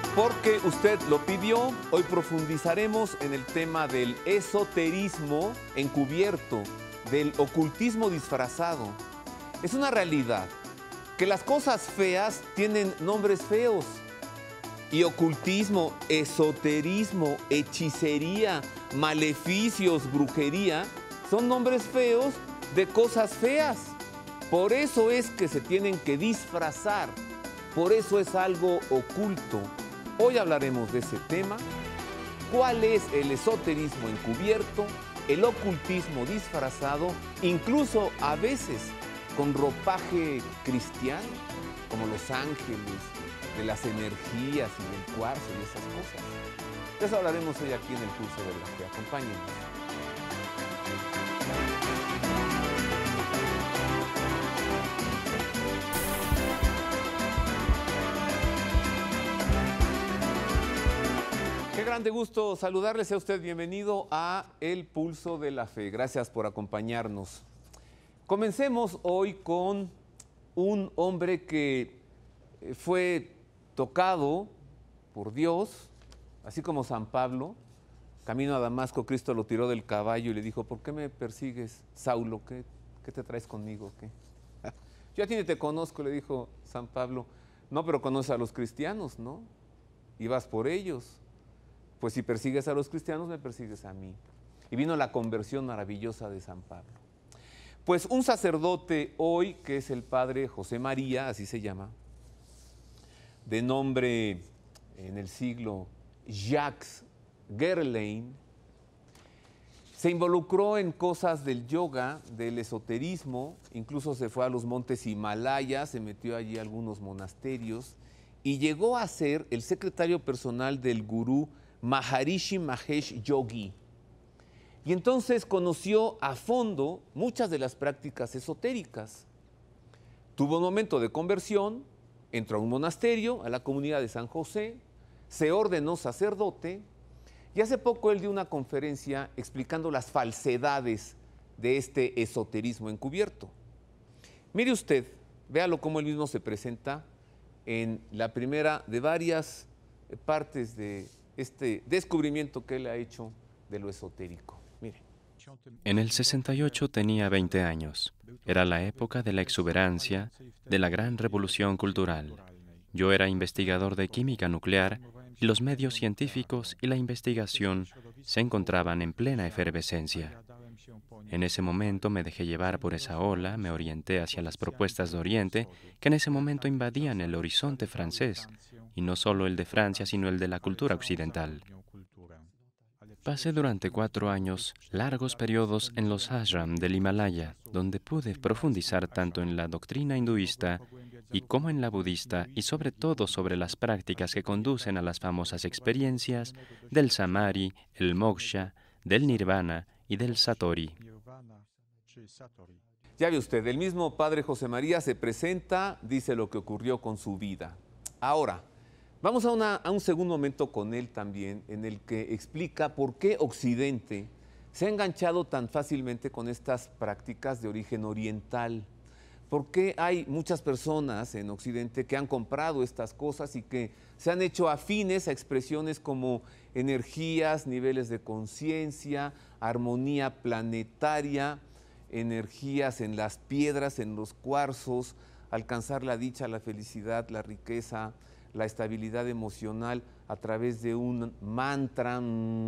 Porque usted lo pidió, hoy profundizaremos en el tema del esoterismo encubierto, del ocultismo disfrazado. Es una realidad que las cosas feas tienen nombres feos. Y ocultismo, esoterismo, hechicería, maleficios, brujería, son nombres feos de cosas feas. Por eso es que se tienen que disfrazar, por eso es algo oculto. Hoy hablaremos de ese tema, cuál es el esoterismo encubierto, el ocultismo disfrazado, incluso a veces con ropaje cristiano, como los ángeles, de las energías y del cuarzo y esas cosas. De eso hablaremos hoy aquí en el curso de la fe. Acompáñenos. Qué grande gusto saludarle, sea usted bienvenido a El Pulso de la Fe. Gracias por acompañarnos. Comencemos hoy con un hombre que fue tocado por Dios, así como San Pablo. Camino a Damasco, Cristo lo tiró del caballo y le dijo: ¿por qué me persigues, Saulo? ¿Qué te traes conmigo? ¿Qué? Yo a ti ni te conozco, le dijo San Pablo. No, pero conoces a los cristianos, ¿no? Y vas por ellos. Pues si persigues a los cristianos, me persigues a mí. Y vino la conversión maravillosa de San Pablo. Pues un sacerdote hoy, que es el padre José María, así se llama, de nombre en el siglo Jacques Gerlain, se involucró en cosas del yoga, del esoterismo, incluso se fue a los montes Himalaya, se metió allí a algunos monasterios y llegó a ser el secretario personal del gurú Maharishi Mahesh Yogi. Y entonces conoció a fondo muchas de las prácticas esotéricas. Tuvo un momento de conversión, entró a un monasterio, a la comunidad de San José, se ordenó sacerdote y hace poco él dio una conferencia explicando las falsedades de este esoterismo encubierto. Mire usted, véalo cómo él mismo se presenta en la primera de varias partes de este descubrimiento que él ha hecho de lo esotérico. Mire. En el 68 tenía 20 años. Era la época de la exuberancia, de la gran revolución cultural. Yo era investigador de química nuclear y los medios científicos y la investigación se encontraban en plena efervescencia. En ese momento me dejé llevar por esa ola, me orienté hacia las propuestas de Oriente que en ese momento invadían el horizonte francés, y no solo el de Francia, sino el de la cultura occidental. Pasé durante 4 años largos periodos en los ashram del Himalaya, donde pude profundizar tanto en la doctrina hinduista y como en la budista, y sobre todo sobre las prácticas que conducen a las famosas experiencias del samadhi, el moksha, del nirvana y del satori. Ya ve usted, el mismo padre José María se presenta, dice lo que ocurrió con su vida. Ahora, vamos a un segundo momento con él también, en el que explica por qué Occidente se ha enganchado tan fácilmente con estas prácticas de origen oriental. ¿Por qué hay muchas personas en Occidente que han comprado estas cosas y que se han hecho afines a expresiones como energías, niveles de conciencia, armonía planetaria, energías en las piedras, en los cuarzos, alcanzar la dicha, la felicidad, la riqueza, la estabilidad emocional a través de un mantra?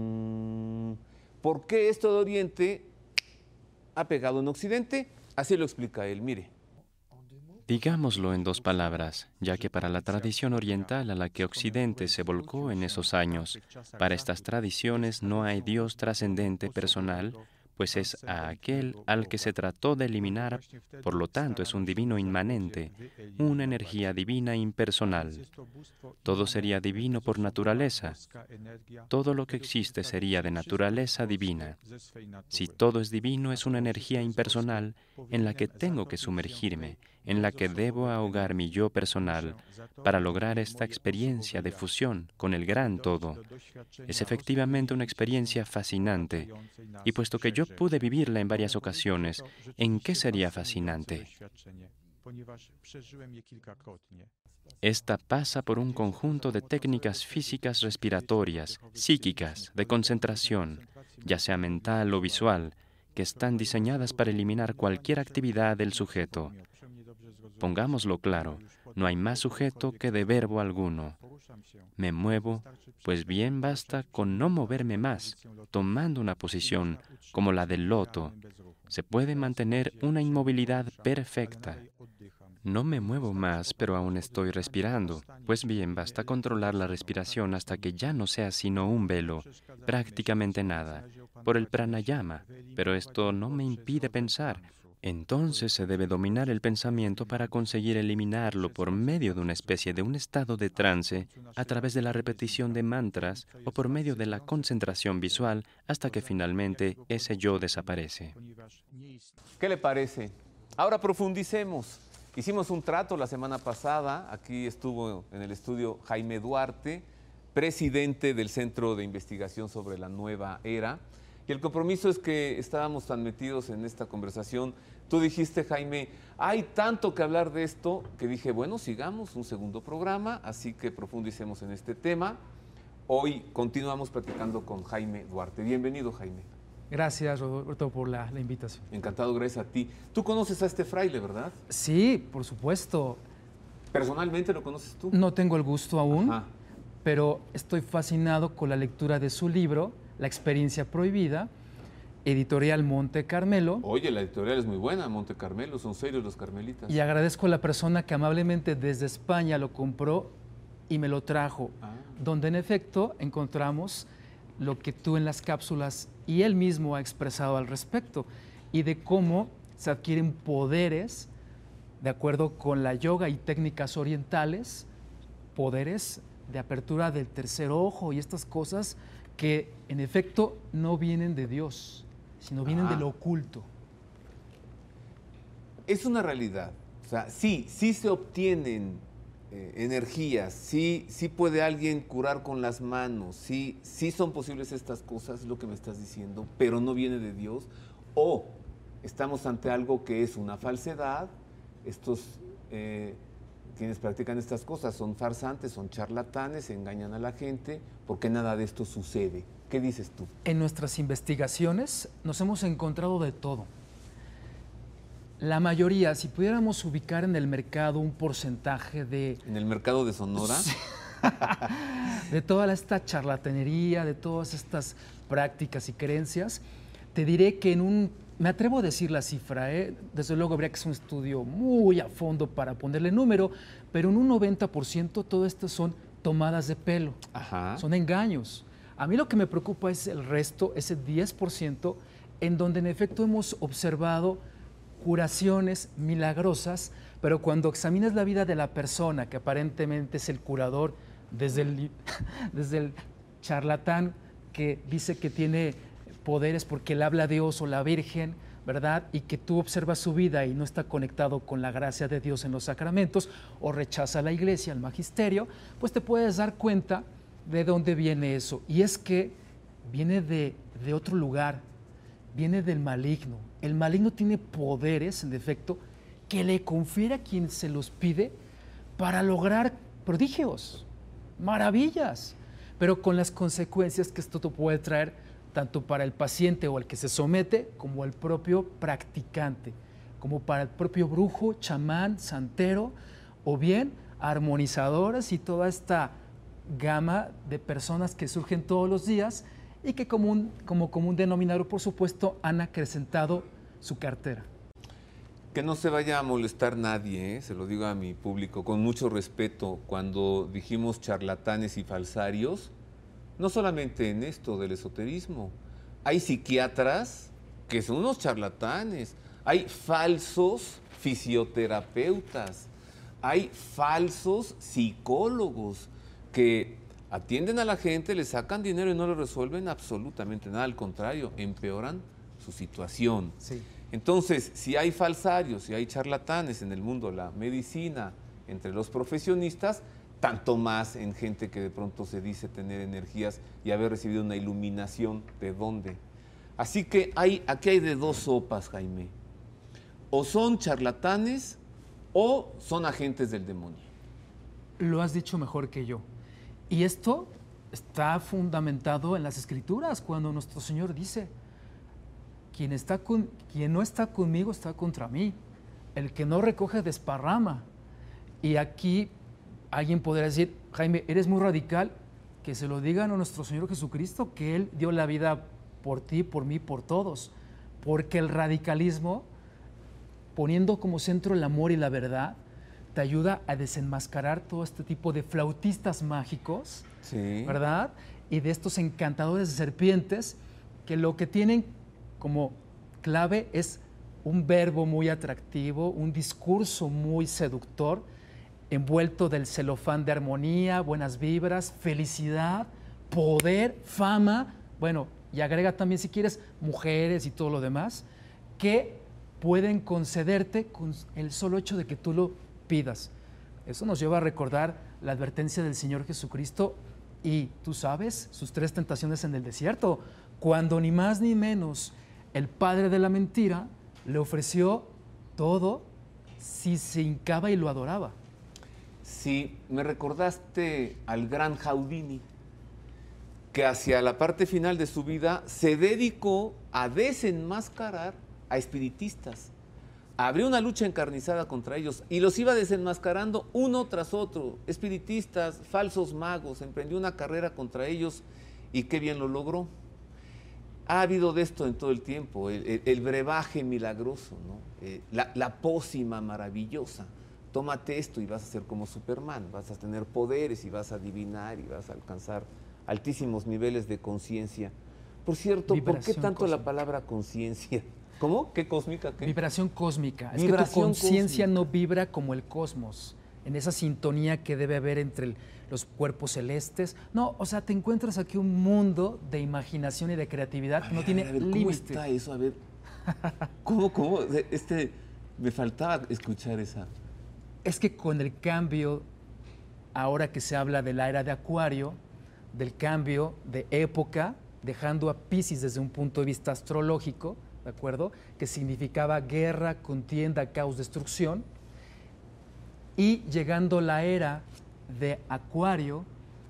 ¿Por qué esto de Oriente ha pegado en Occidente? Así lo explica él, mire. Digámoslo en 2 palabras, ya que para la tradición oriental a la que Occidente se volcó en esos años, para estas tradiciones no hay Dios trascendente personal, pues es a aquel al que se trató de eliminar, por lo tanto es un divino inmanente, una energía divina impersonal. Todo sería divino por naturaleza. Todo lo que existe sería de naturaleza divina. Si todo es divino, es una energía impersonal en la que tengo que sumergirme, en la que debo ahogar mi yo personal para lograr esta experiencia de fusión con el gran todo. Es efectivamente una experiencia fascinante, y puesto que yo pude vivirla en varias ocasiones, ¿en qué sería fascinante? Esta pasa por un conjunto de técnicas físicas respiratorias, psíquicas, de concentración, ya sea mental o visual, que están diseñadas para eliminar cualquier actividad del sujeto. Pongámoslo claro, no hay más sujeto que de verbo alguno. Me muevo, pues bien basta con no moverme más, tomando una posición como la del loto. Se puede mantener una inmovilidad perfecta. No me muevo más, pero aún estoy respirando. Pues bien, basta controlar la respiración hasta que ya no sea sino un velo, prácticamente nada, por el pranayama, pero esto no me impide pensar. Entonces se debe dominar el pensamiento para conseguir eliminarlo por medio de una especie de un estado de trance, a través de la repetición de mantras o por medio de la concentración visual hasta que finalmente ese yo desaparece. ¿Qué le parece? Ahora profundicemos. Hicimos un trato la semana pasada, aquí estuvo en el estudio Jaime Duarte, presidente del Centro de Investigación sobre la Nueva Era, y el compromiso es que estábamos tan metidos en esta conversación. Tú dijiste, Jaime, hay tanto que hablar de esto, que dije, bueno, sigamos un segundo programa, así que profundicemos en este tema. Hoy continuamos platicando con Jaime Duarte. Bienvenido, Jaime. Gracias, Roberto, por la invitación. Encantado, gracias a ti. Tú conoces a este fraile, ¿verdad? Sí, por supuesto. ¿Personalmente lo conoces tú? No tengo el gusto aún, Ajá. pero estoy fascinado con la lectura de su libro, La experiencia prohibida, editorial Monte Carmelo. Oye, la editorial es muy buena, Monte Carmelo, son serios los carmelitas. Y agradezco a la persona que amablemente desde España lo compró y me lo trajo, donde en efecto encontramos lo que tú en las cápsulas y él mismo ha expresado al respecto, y de cómo se adquieren poderes de acuerdo con la yoga y técnicas orientales, poderes de apertura del tercer ojo y estas cosas que en efecto no vienen de Dios, sino vienen de lo oculto. Es una realidad, o sea, sí se obtienen energías, sí puede alguien curar con las manos, sí son posibles estas cosas, es lo que me estás diciendo, pero no viene de Dios, o estamos ante algo que es una falsedad. Estos quienes practican estas cosas son farsantes, son charlatanes, engañan a la gente, porque nada de esto sucede. ¿Qué dices tú? En nuestras investigaciones nos hemos encontrado de todo. La mayoría, si pudiéramos ubicar en el mercado un porcentaje de... ¿En el mercado de Sonora? De toda esta charlatanería, de todas estas prácticas y creencias, te diré que me atrevo a decir la cifra, desde luego habría que hacer un estudio muy a fondo para ponerle número, pero en un 90% todo esto son tomadas de pelo, son engaños. A mí lo que me preocupa es el resto, ese 10%, en donde en efecto hemos observado curaciones milagrosas, pero cuando examinas la vida de la persona, que aparentemente es el curador, desde el charlatán que dice que tiene poderes porque le habla a Dios o la Virgen, ¿verdad? Y que tú observas su vida y no está conectado con la gracia de Dios en los sacramentos, o rechaza a la iglesia, al magisterio, pues te puedes dar cuenta de dónde viene eso. Y es que viene de otro lugar, viene del maligno. El maligno tiene poderes, en efecto, que le confiere a quien se los pide para lograr prodigios, maravillas, pero con las consecuencias que esto te puede traer tanto para el paciente o el que se somete, como el propio practicante, como para el propio brujo, chamán, santero, o bien armonizadores y toda esta gama de personas que surgen todos los días y que como común denominador, por supuesto, han acrecentado su cartera. Que no se vaya a molestar nadie, se lo digo a mi público con mucho respeto, cuando dijimos charlatanes y falsarios, no solamente en esto del esoterismo, hay psiquiatras que son unos charlatanes, hay falsos fisioterapeutas, hay falsos psicólogos que atienden a la gente, le sacan dinero y no le resuelven absolutamente nada, al contrario, empeoran su situación. Sí. Entonces, si hay falsarios, si hay charlatanes en el mundo de la medicina, entre los profesionistas, tanto más en gente que de pronto se dice tener energías y haber recibido una iluminación, ¿de dónde? Así que aquí hay de dos sopas, Jaime. O son charlatanes o son agentes del demonio? Lo has dicho mejor que yo. Y esto está fundamentado en las Escrituras, cuando nuestro Señor dice, quien no está conmigo está contra mí. El que no recoge desparrama. Y aquí alguien podría decir, Jaime, eres muy radical, que se lo digan a nuestro Señor Jesucristo, que Él dio la vida por ti, por mí, por todos. Porque el radicalismo, poniendo como centro el amor y la verdad, te ayuda a desenmascarar todo este tipo de flautistas mágicos, Sí. ¿verdad? Y de estos encantadores de serpientes que lo que tienen como clave es un verbo muy atractivo, un discurso muy seductor, envuelto del celofán de armonía, buenas vibras, felicidad, poder, fama, bueno, y agrega también si quieres mujeres y todo lo demás, que pueden concederte con el solo hecho de que tú lo pidas. Eso nos lleva a recordar la advertencia del Señor Jesucristo y, tú sabes, sus 3 tentaciones en el desierto, cuando ni más ni menos el padre de la mentira le ofreció todo si se hincaba y lo adoraba. Sí, me recordaste al gran Houdini, que hacia la parte final de su vida se dedicó a desenmascarar a espiritistas. Abrió una lucha encarnizada contra ellos y los iba desenmascarando uno tras otro. Espiritistas, falsos magos, emprendió una carrera contra ellos y qué bien lo logró. Ha habido de esto en todo el tiempo, el brebaje milagroso, ¿no? La pócima maravillosa. Tómate esto y vas a ser como Superman, vas a tener poderes y vas a adivinar y vas a alcanzar altísimos niveles de conciencia. Por cierto, ¿por qué tanto cósmica. la palabra conciencia? ¿Cómo? ¿Qué cósmica? ¿Qué? Vibración cósmica. Es que tu Vibración conciencia cósmica. no vibra como el cosmos, en esa sintonía que debe haber entre los cuerpos celestes. No, o sea, te encuentras aquí un mundo de imaginación y de creatividad que no tiene ¿Cómo límite. está eso? A ver, ¿cómo? Me faltaba escuchar esa. Es que con el cambio, ahora que se habla de la era de Acuario, del cambio de época, dejando a Piscis desde un punto de vista astrológico, ¿de acuerdo? Que significaba guerra, contienda, caos, destrucción, y llegando la era de Acuario,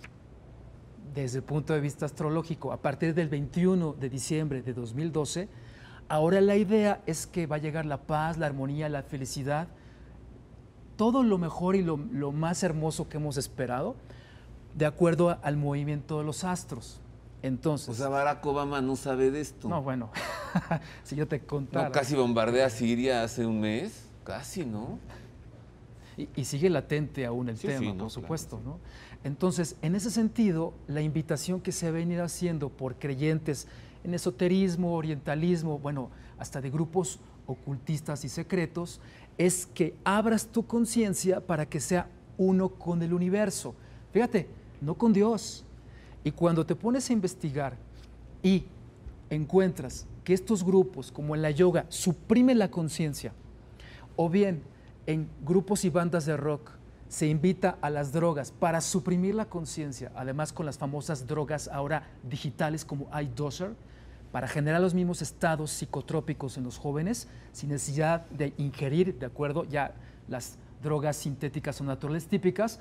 desde el punto de vista astrológico, a partir del 21 de diciembre de 2012, ahora la idea es que va a llegar la paz, la armonía, la felicidad, todo lo mejor y lo más hermoso que hemos esperado, de acuerdo al movimiento de los astros. Entonces, O sea, Barack Obama no sabe de esto. no, bueno, si yo te contara. No, casi bombardea Siria hace un mes. Casi, ¿no? Y sigue latente aún el Sí, tema, sí, no, por supuesto, claro, ¿no? Entonces, en ese sentido, la invitación que se ha venido haciendo por creyentes en esoterismo, orientalismo, bueno, hasta de grupos ocultistas y secretos, es que abras tu conciencia para que sea uno con el universo. Fíjate, no con Dios. Y cuando te pones a investigar y encuentras que estos grupos, como en la yoga, suprimen la conciencia, o bien en grupos y bandas de rock se invita a las drogas para suprimir la conciencia, además con las famosas drogas ahora digitales como iDoser, para generar los mismos estados psicotrópicos en los jóvenes sin necesidad de ingerir, de acuerdo, ya las drogas sintéticas o naturales típicas,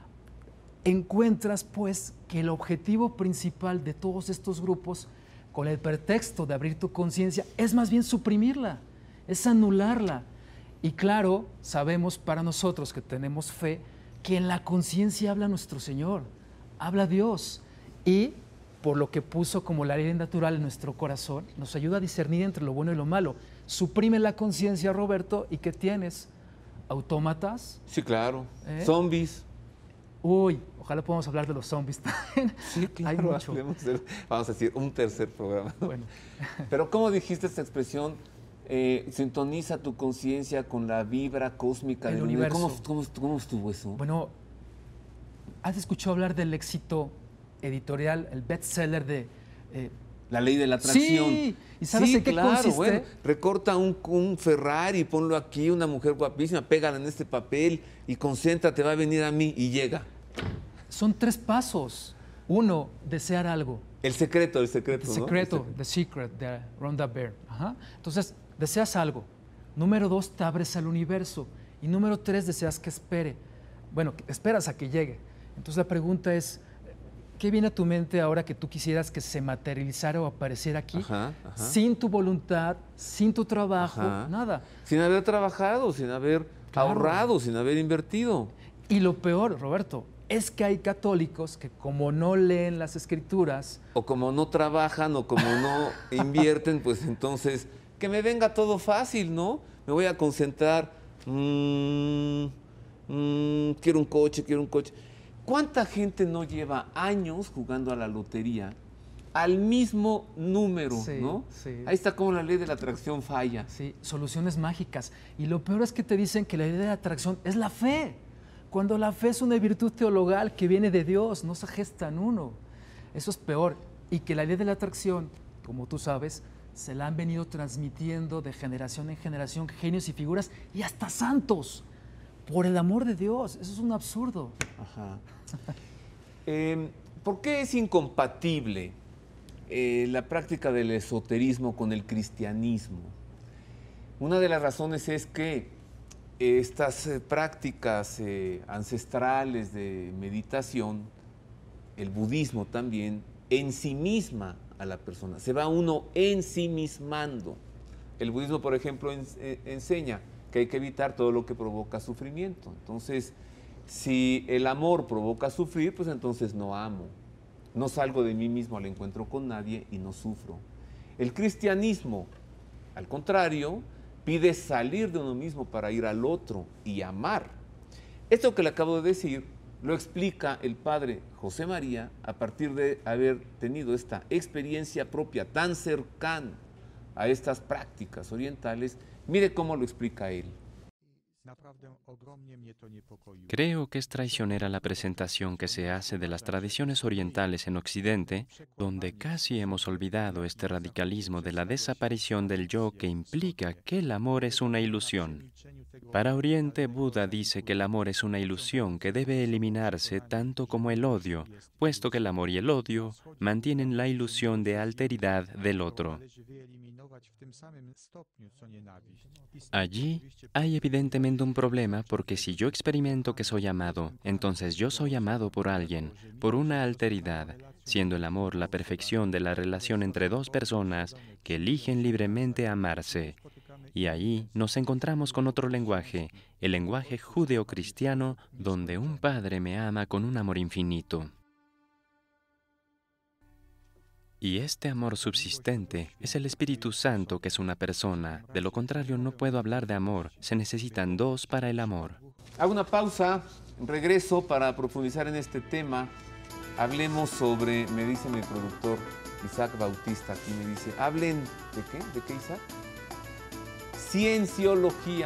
encuentras pues que el objetivo principal de todos estos grupos, con el pretexto de abrir tu conciencia, es más bien suprimirla, es anularla. Y claro, sabemos para nosotros que tenemos fe que en la conciencia habla nuestro Señor, habla Dios. Y por lo que puso como la ley natural en nuestro corazón, nos ayuda a discernir entre lo bueno y lo malo. Suprime la conciencia, Roberto, ¿y qué tienes? ¿Autómatas? Sí, claro. ¿Eh? Zombies. Uy, ojalá podamos hablar de los zombies también. Sí, Hay claro. mucho. Vamos a decir, un tercer programa. Bueno, Pero ¿cómo dijiste esta expresión? Sintoniza tu conciencia con la vibra cósmica El del universo. universo. ¿Cómo estuvo eso? bueno, ¿has escuchado hablar del éxito editorial, el bestseller de... La ley de la atracción. Sí, ¿y sabes Sí, en qué claro, consiste? bueno, recorta un Ferrari, ponlo aquí, una mujer guapísima, pégala en este papel y concéntrate, va a venir a mí y llega. Son 3 pasos. 1, desear algo. El secreto, The ¿no? secreto, The Secret, de Rhonda Byrne. Ajá. Entonces, deseas algo. Número 2, te abres al universo. Y número 3, deseas que espere. Bueno, esperas a que llegue. Entonces la pregunta es, ¿qué viene a tu mente ahora que tú quisieras que se materializara o apareciera aquí? Ajá. Sin tu voluntad, sin tu trabajo, Ajá. nada. Sin haber trabajado, sin haber ahorrado, sin haber invertido. Y lo peor, Roberto, es que hay católicos que como no leen las escrituras, O como no trabajan o como no invierten, pues entonces que me venga todo fácil, ¿no? Me voy a concentrar, quiero un coche, quiero un coche. ¿Cuánta gente no lleva años jugando a la lotería al mismo número, Sí, ¿no? sí. Ahí está como la ley de la atracción falla. sí, soluciones mágicas. Y lo peor es que te dicen que la idea de atracción es la fe, cuando la fe es una virtud teologal que viene de Dios, no se gesta en uno. Eso es peor. Y que la idea de la atracción, como tú sabes, se la han venido transmitiendo de generación en generación genios y figuras y hasta santos. Por el amor de Dios, eso es un absurdo. Ajá. ¿Por qué es incompatible la práctica del esoterismo con el cristianismo? Una de las razones es que estas prácticas ancestrales de meditación, el budismo también, ensimisma a la persona, se va uno ensimismando. El budismo, por ejemplo, enseña que hay que evitar todo lo que provoca sufrimiento. Entonces, si el amor provoca sufrir, pues entonces no amo. No salgo de mí mismo al encuentro con nadie y no sufro. El cristianismo, al contrario, pide salir de uno mismo para ir al otro y amar. Esto que le acabo de decir lo explica el padre José María a partir de haber tenido esta experiencia propia tan cercana a estas prácticas orientales. Mire cómo lo explica él. Creo que es traicionera la presentación que se hace de las tradiciones orientales en Occidente, donde casi hemos olvidado este radicalismo de la desaparición del yo que implica que el amor es una ilusión. Para Oriente, Buda dice que el amor es una ilusión que debe eliminarse tanto como el odio, puesto que el amor y el odio mantienen la ilusión de alteridad del otro. Allí hay evidentemente un problema porque si yo experimento que soy amado, entonces yo soy amado por alguien, por una alteridad, siendo el amor la perfección de la relación entre dos personas que eligen libremente amarse. Y ahí nos encontramos con otro lenguaje, el lenguaje judeocristiano, donde un padre me ama con un amor infinito. Y este amor subsistente es el Espíritu Santo, que es una persona. De lo contrario, no puedo hablar de amor. Se necesitan dos para el amor. Hago una pausa, regreso para profundizar en este tema. Hablemos sobre, me dice mi productor Isaac Bautista, aquí me dice, hablen, ¿de qué? ¿De qué, Isaac? Cienciología,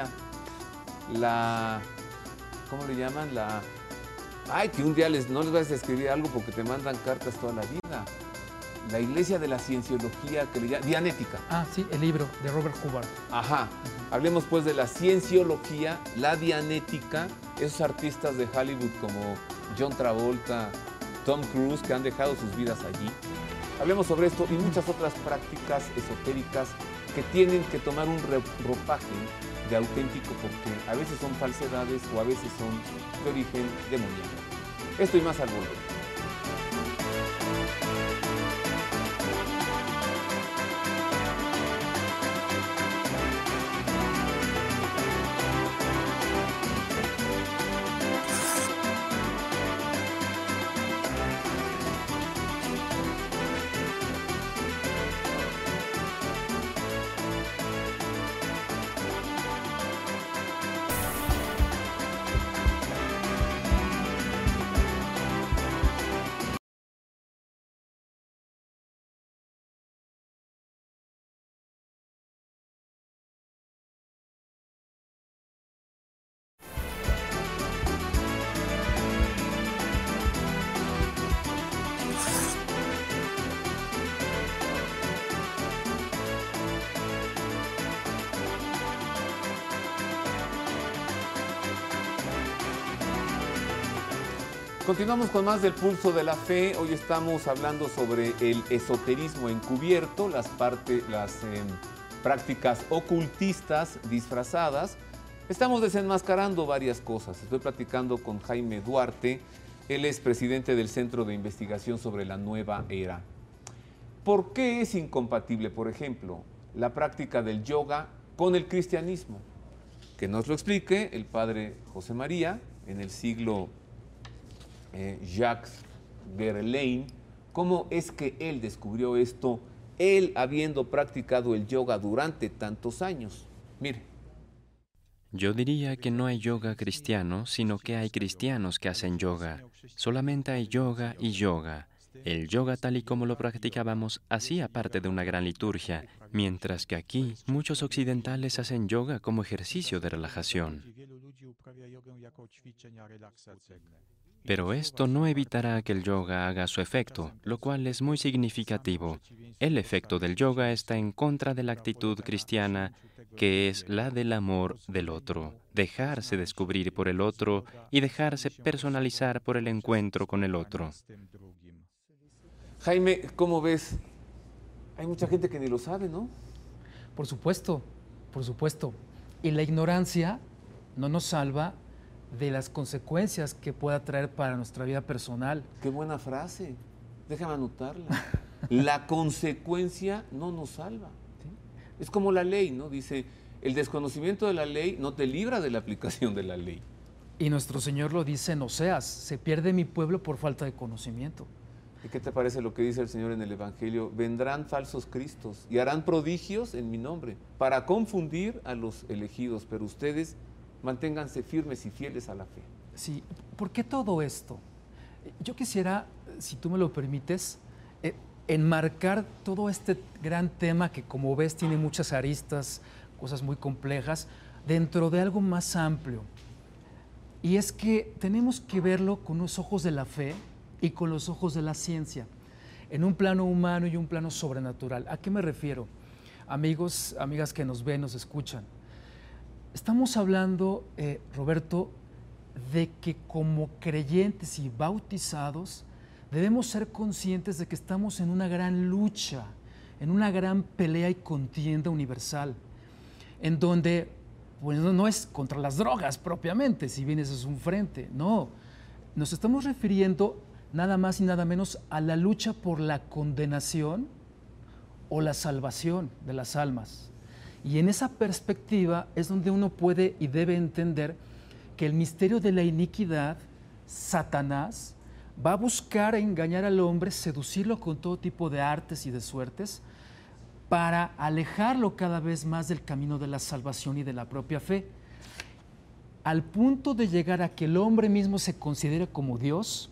¿cómo le llaman? Ay, que un día no les vas a escribir algo porque te mandan cartas toda la vida. La iglesia de la cienciología, que le llaman Dianética. Ah, sí, el libro de Robert Hubbard. Ajá. Hablemos pues de la cienciología, la Dianética, esos artistas de Hollywood como John Travolta, Tom Cruise, que han dejado sus vidas allí. Hablemos sobre esto y muchas otras prácticas esotéricas que tienen que tomar un ropaje de auténtico porque a veces son falsedades o a veces son de origen demoníaco. Esto y más al volver. Continuamos con más del Pulso de la Fe. Hoy estamos hablando sobre el esoterismo encubierto, las prácticas ocultistas disfrazadas. Estamos desenmascarando varias cosas. Estoy platicando con Jaime Duarte, él es presidente del Centro de Investigación sobre la Nueva Era. ¿Por qué es incompatible, por ejemplo, la práctica del yoga con el cristianismo? Que nos lo explique el padre José María, en el siglo Jacques Verlaine, cómo es que él descubrió esto, él habiendo practicado el yoga durante tantos años. Mire. Yo diría que no hay yoga cristiano, sino que hay cristianos que hacen yoga. Solamente hay yoga y yoga. El yoga tal y como lo practicábamos hacía parte de una gran liturgia, mientras que aquí muchos occidentales hacen yoga como ejercicio de relajación. Pero esto no evitará que el yoga haga su efecto, lo cual es muy significativo. El efecto del yoga está en contra de la actitud cristiana, que es la del amor del otro, dejarse descubrir por el otro y dejarse personalizar por el encuentro con el otro. Jaime, ¿cómo ves? Hay mucha gente que ni lo sabe, ¿no? Por supuesto, por supuesto. Y la ignorancia no nos salva de las consecuencias que pueda traer para nuestra vida personal. Qué buena frase. Déjame anotarla. La consecuencia no nos salva. ¿Sí? Es como la ley, ¿no? Dice, el desconocimiento de la ley no te libra de la aplicación de la ley. Y nuestro Señor lo dice en Oseas, se pierde mi pueblo por falta de conocimiento. ¿Y qué te parece lo que dice el Señor en el Evangelio? Vendrán falsos cristos y harán prodigios en mi nombre para confundir a los elegidos, pero ustedes manténganse firmes y fieles a la fe. Sí, ¿por qué todo esto? Yo quisiera, si tú me lo permites, enmarcar todo este gran tema que, como ves, tiene muchas aristas, cosas muy complejas, dentro de algo más amplio. Y es que tenemos que verlo con los ojos de la fe y con los ojos de la ciencia, en un plano humano y un plano sobrenatural. ¿A qué me refiero? Amigos, amigas que nos ven, nos escuchan. Estamos hablando, Roberto, de que como creyentes y bautizados debemos ser conscientes de que estamos en una gran lucha, en una gran pelea y contienda universal, en donde pues, no es contra las drogas propiamente, si bien ese es un frente, no. Nos estamos refiriendo nada más y nada menos a la lucha por la condenación o la salvación de las almas. Y en esa perspectiva es donde uno puede y debe entender que el misterio de la iniquidad, Satanás, va a buscar engañar al hombre, seducirlo con todo tipo de artes y de suertes, para alejarlo cada vez más del camino de la salvación y de la propia fe, al punto de llegar a que el hombre mismo se considere como Dios,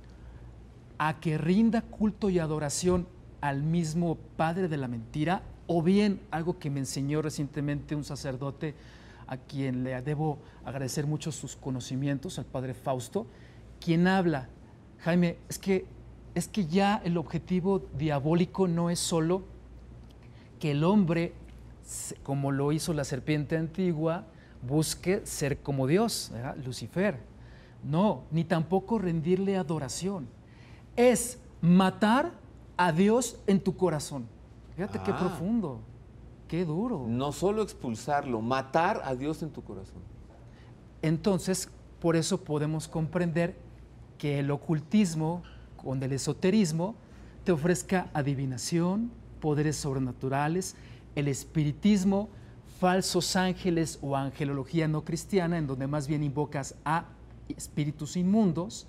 a que rinda culto y adoración al mismo padre de la mentira, o bien algo que me enseñó recientemente un sacerdote a quien le debo agradecer mucho sus conocimientos, al padre Fausto, quien habla, Jaime, es que ya el objetivo diabólico no es solo que el hombre, como lo hizo la serpiente antigua, busque ser como Dios, ¿verdad? Lucifer. No, ni tampoco rendirle adoración. Es matar a Dios en tu corazón. Fíjate qué profundo, qué duro. No solo expulsarlo, matar a Dios en tu corazón. Entonces, por eso podemos comprender que el ocultismo con el esoterismo te ofrezca adivinación, poderes sobrenaturales, el espiritismo, falsos ángeles o angelología no cristiana, en donde más bien invocas a espíritus inmundos,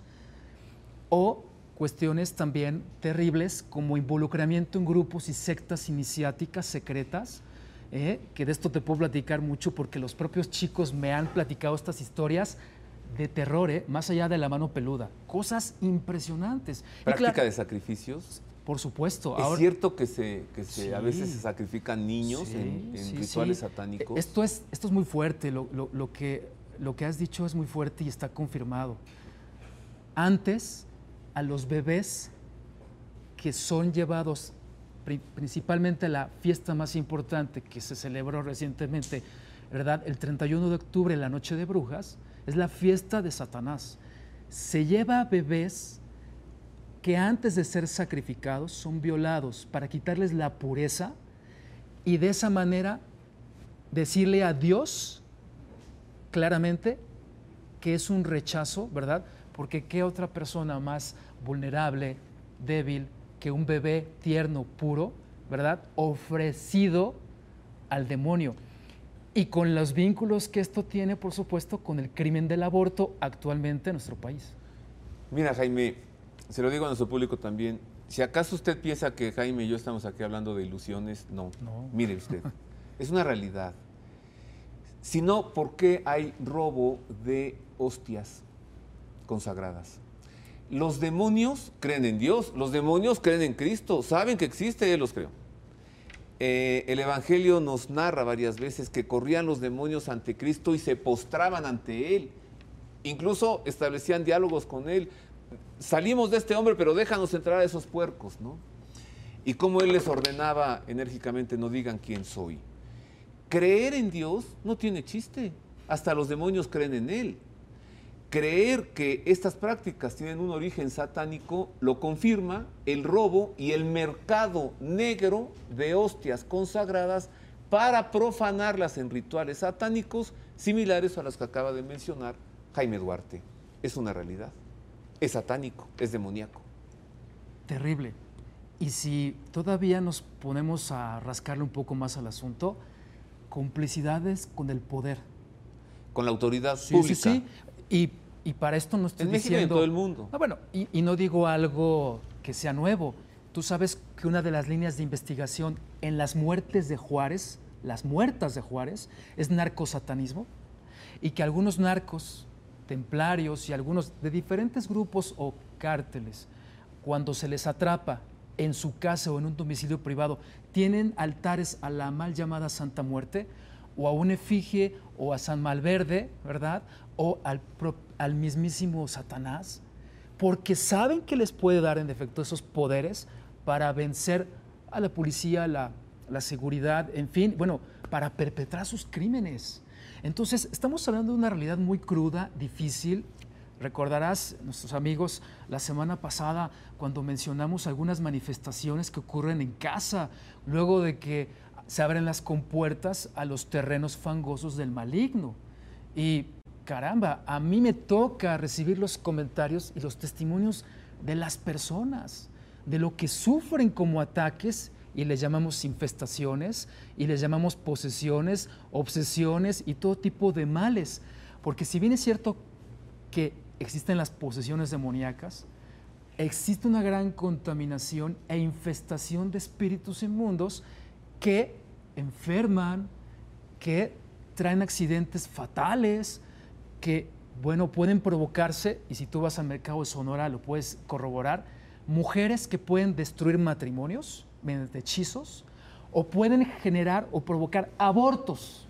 o cuestiones también terribles como involucramiento en grupos y sectas iniciáticas secretas, que de esto te puedo platicar mucho porque los propios chicos me han platicado estas historias de terror, más allá de la mano peluda, cosas impresionantes. ¿Práctica de sacrificios? Por supuesto. ¿Es cierto que a veces se sacrifican niños sí, en rituales satánicos? Esto es muy fuerte, lo que has dicho es muy fuerte y está confirmado. Antes, a los bebés que son llevados principalmente a la fiesta más importante que se celebró recientemente, ¿verdad? El 31 de octubre, la Noche de Brujas, es la fiesta de Satanás. Se lleva a bebés que antes de ser sacrificados son violados para quitarles la pureza y de esa manera decirle a Dios claramente que es un rechazo, ¿verdad? Porque ¿qué otra persona más vulnerable, débil, que un bebé tierno, puro, ¿verdad? Ofrecido al demonio. Y con los vínculos que esto tiene, por supuesto, con el crimen del aborto actualmente en nuestro país. Mira, Jaime, se lo digo a nuestro público también. Si acaso usted piensa que Jaime y yo estamos aquí hablando de ilusiones, no. Mire usted, es una realidad. Si no, ¿por qué hay robo de hostias consagradas? Los demonios creen en Dios, los demonios creen en Cristo, saben que existe, Él los creó. El Evangelio nos narra varias veces que corrían los demonios ante Cristo y se postraban ante Él. Incluso establecían diálogos con Él. Salimos de este hombre, pero déjanos entrar a esos puercos, ¿no? Y como Él les ordenaba enérgicamente, no digan quién soy. Creer en Dios no tiene chiste. Hasta los demonios creen en Él. Creer que estas prácticas tienen un origen satánico lo confirma el robo y el mercado negro de hostias consagradas para profanarlas en rituales satánicos similares a los que acaba de mencionar Jaime Duarte. Es una realidad. Es satánico, es demoníaco. Terrible. Y si todavía nos ponemos a rascarle un poco más al asunto, complicidades con el poder. Con la autoridad pública. Sí. Y para esto no estoy en México diciendo... y en todo el mundo. No, bueno, y no digo algo que sea nuevo. Tú sabes que una de las líneas de investigación en las muertes de Juárez, las muertas de Juárez, es narcosatanismo. Y que algunos narcos, templarios y algunos de diferentes grupos o cárteles, cuando se les atrapa en su casa o en un domicilio privado, tienen altares a la mal llamada Santa Muerte, o a un efigie, o a San Malverde, ¿verdad? O al mismísimo Satanás, porque saben que les puede dar en efecto esos poderes para vencer a la policía, la seguridad, en fin, bueno, para perpetrar sus crímenes. Entonces, estamos hablando de una realidad muy cruda, difícil. Recordarás, nuestros amigos, la semana pasada, cuando mencionamos algunas manifestaciones que ocurren en casa, luego de que se abren las compuertas a los terrenos fangosos del maligno. Y caramba, a mí me toca recibir los comentarios y los testimonios de las personas, de lo que sufren como ataques, y les llamamos infestaciones, y les llamamos posesiones, obsesiones y todo tipo de males. Porque si bien es cierto que existen las posesiones demoníacas, existe una gran contaminación e infestación de espíritus inmundos que enferman, que traen accidentes fatales, que, bueno, pueden provocarse, y si tú vas al mercado de Sonora lo puedes corroborar, mujeres que pueden destruir matrimonios mediante hechizos, o pueden generar o provocar abortos.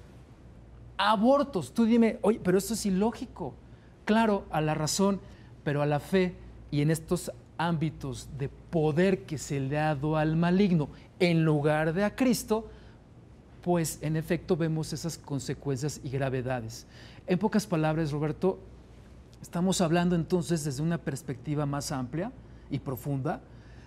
Abortos. Tú dime, oye, pero esto es ilógico. Claro, a la razón, pero a la fe y en estos ámbitos de poder que se le ha dado al maligno en lugar de a Cristo, pues en efecto vemos esas consecuencias y gravedades. En pocas palabras, Roberto, estamos hablando entonces desde una perspectiva más amplia y profunda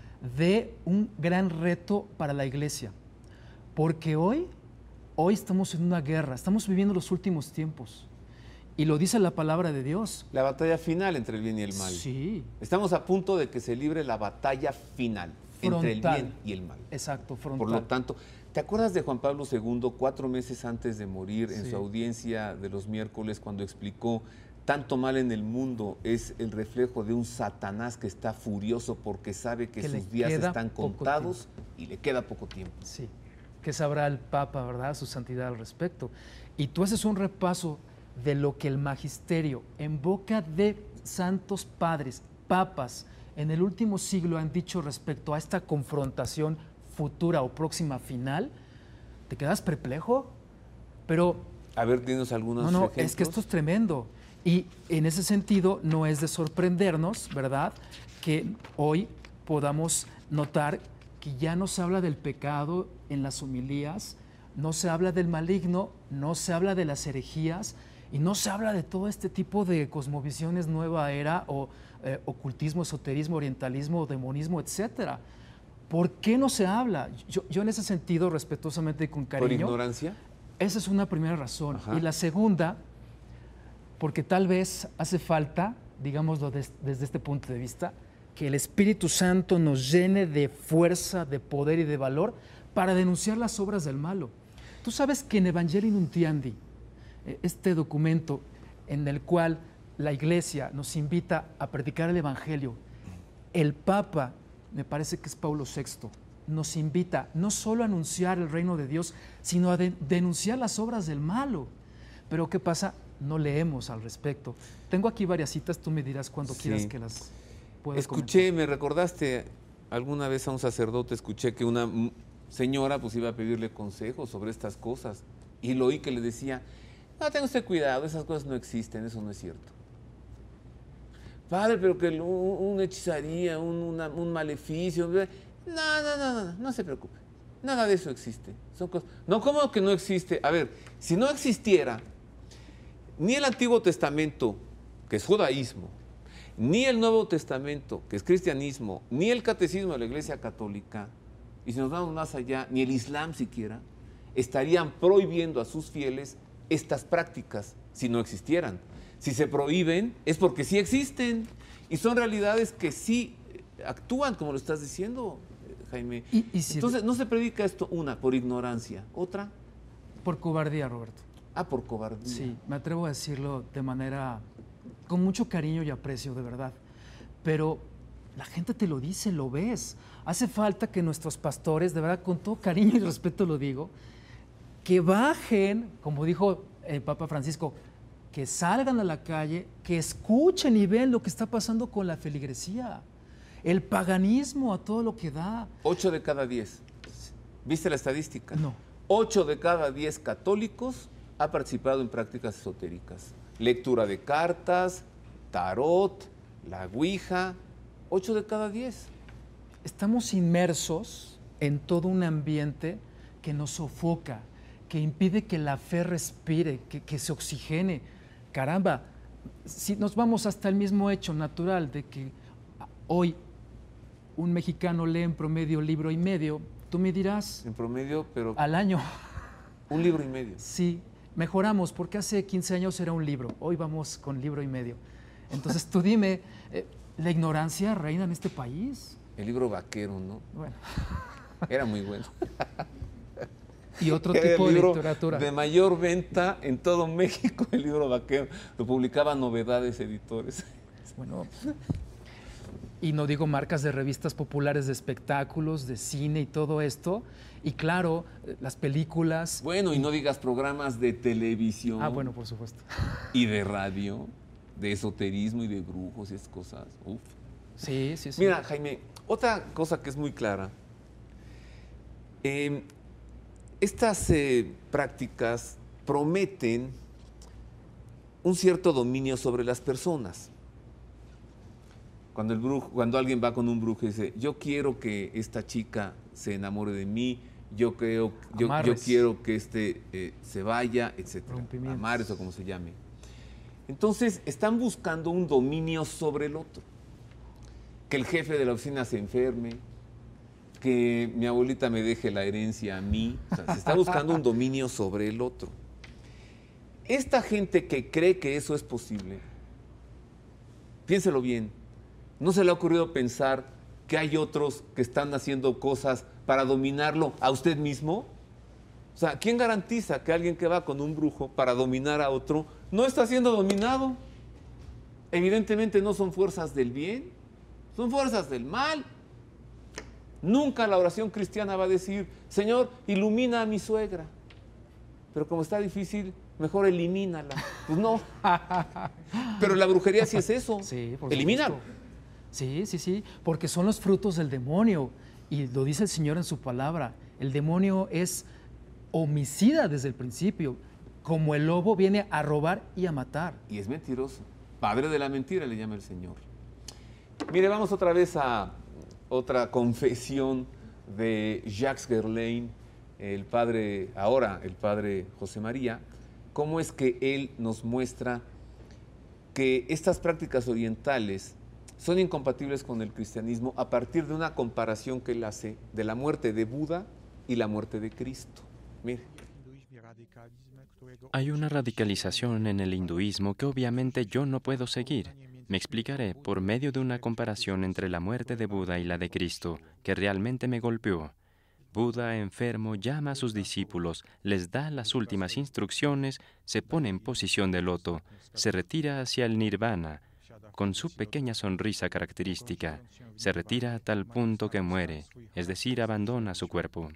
de un gran reto para la Iglesia, porque hoy estamos en una guerra, estamos viviendo los últimos tiempos, y lo dice la palabra de Dios. La batalla final entre el bien y el mal. Sí. Estamos a punto de que se libre la batalla final entre el bien y el mal. Exacto, frontal. Por lo tanto, ¿te acuerdas de Juan Pablo II 4 meses antes de morir en Sí. su audiencia de los miércoles cuando explicó tanto mal en el mundo es el reflejo de un Satanás que está furioso porque sabe que sus días están contados y le queda poco tiempo? Sí, que sabrá el Papa, ¿verdad?, su santidad al respecto. Y tú haces un repaso de lo que el magisterio en boca de santos padres, papas, en el último siglo han dicho respecto a esta confrontación futura o próxima final, ¿te quedas perplejo? Pero... A ver, dinos algunos ejemplos. Es que esto es tremendo. Y en ese sentido no es de sorprendernos, ¿verdad?, que hoy podamos notar que ya no se habla del pecado en las homilías, no se habla del maligno, no se habla de las herejías y no se habla de todo este tipo de cosmovisiones nueva era o ocultismo, esoterismo, orientalismo, demonismo, etcétera. ¿Por qué no se habla? Yo en ese sentido, respetuosamente y con cariño... ¿Por ignorancia? Esa es una primera razón. Ajá. Y la segunda, porque tal vez hace falta, digámoslo desde este punto de vista, que el Espíritu Santo nos llene de fuerza, de poder y de valor para denunciar las obras del malo. Tú sabes que en Evangelii Nuntiandi, este documento en el cual la Iglesia nos invita a predicar el Evangelio, el Papa, me parece que es Paulo VI, nos invita no solo a anunciar el reino de Dios, sino a denunciar las obras del malo. Pero ¿qué pasa? No leemos al respecto. Tengo aquí varias citas, tú me dirás cuando quieras que las pueda Escuché, comentar. me recordaste alguna vez a un sacerdote, escuché que una señora pues iba a pedirle consejos sobre estas cosas y lo oí que le decía, no, tenga usted cuidado, esas cosas no existen, eso no es cierto. Padre, pero que una hechizaría, un maleficio, no se preocupe, nada de eso existe. Son cosas. No, ¿cómo que no existe? A ver, si no existiera ni el Antiguo Testamento, que es judaísmo, ni el Nuevo Testamento, que es cristianismo, ni el catecismo de la Iglesia Católica, y si nos vamos más allá, ni el Islam siquiera, estarían prohibiendo a sus fieles estas prácticas si no existieran. Si se prohíben es porque sí existen y son realidades que sí actúan, como lo estás diciendo, Jaime. Entonces, no se predica esto, una, por ignorancia, otra. Por cobardía, Roberto. Por cobardía. Sí, me atrevo a decirlo de manera, con mucho cariño y aprecio, de verdad. Pero la gente te lo dice, lo ves. Hace falta que nuestros pastores, de verdad, con todo cariño y respeto lo digo, que bajen, como dijo el Papa Francisco, que salgan a la calle, que escuchen y vean lo que está pasando con la feligresía, el paganismo a todo lo que da. 8 de cada 10. ¿Viste la estadística? No. 8 de cada 10 católicos ha participado en prácticas esotéricas. Lectura de cartas, tarot, la ouija, 8 de cada 10. Estamos inmersos en todo un ambiente que nos sofoca, que impide que la fe respire, que se oxigene. Caramba, si nos vamos hasta el mismo hecho natural de que hoy un mexicano lee en promedio libro y medio, tú me dirás... En promedio, pero... Al año. Un libro y medio. Sí, mejoramos, porque hace 15 años era un libro, hoy vamos con libro y medio. Entonces tú dime, ¿la ignorancia reina en este país? El libro vaquero, ¿no? Bueno. Era muy bueno. Y otro tipo de literatura. De mayor venta en todo México, el libro vaquero. Lo publicaba Novedades Editores. Bueno, y no digo marcas de revistas populares de espectáculos, de cine y todo esto. Y claro, las películas. Bueno, y no digas programas de televisión. Bueno, por supuesto. Y de radio, de esoterismo y de brujos y esas cosas. Uf. Sí. Mira, Jaime, otra cosa que es muy clara. Estas prácticas prometen un cierto dominio sobre las personas. Cuando alguien va con un brujo y dice, yo quiero que esta chica se enamore de mí, yo quiero que se vaya, etc. Amares o como se llame. Entonces, están buscando un dominio sobre el otro. Que el jefe de la oficina se enferme, que mi abuelita me deje la herencia a mí. O sea, se está buscando un dominio sobre el otro. Esta gente que cree que eso es posible, piénselo bien, ¿no se le ha ocurrido pensar que hay otros que están haciendo cosas para dominarlo a usted mismo? O sea, ¿quién garantiza que alguien que va con un brujo para dominar a otro no está siendo dominado? Evidentemente no son fuerzas del bien, son fuerzas del mal. Nunca la oración cristiana va a decir, Señor, ilumina a mi suegra. Pero como está difícil, mejor elimínala. Pues no. Pero la brujería sí es eso. Sí, por elimínalo. Sí, porque son los frutos del demonio. Y lo dice el Señor en su palabra. El demonio es homicida desde el principio. Como el lobo viene a robar y a matar. Y es mentiroso. Padre de la mentira le llama el Señor. Mire, vamos otra vez a otra confesión de Jacques Gerlain, el padre José María, cómo es que él nos muestra que estas prácticas orientales son incompatibles con el cristianismo a partir de una comparación que él hace de la muerte de Buda y la muerte de Cristo. Mire. Hay una radicalización en el hinduismo que obviamente yo no puedo seguir. Me explicaré por medio de una comparación entre la muerte de Buda y la de Cristo, que realmente me golpeó. Buda, enfermo, llama a sus discípulos, les da las últimas instrucciones, se pone en posición de loto, se retira hacia el nirvana, con su pequeña sonrisa característica, se retira a tal punto que muere, es decir, abandona su cuerpo.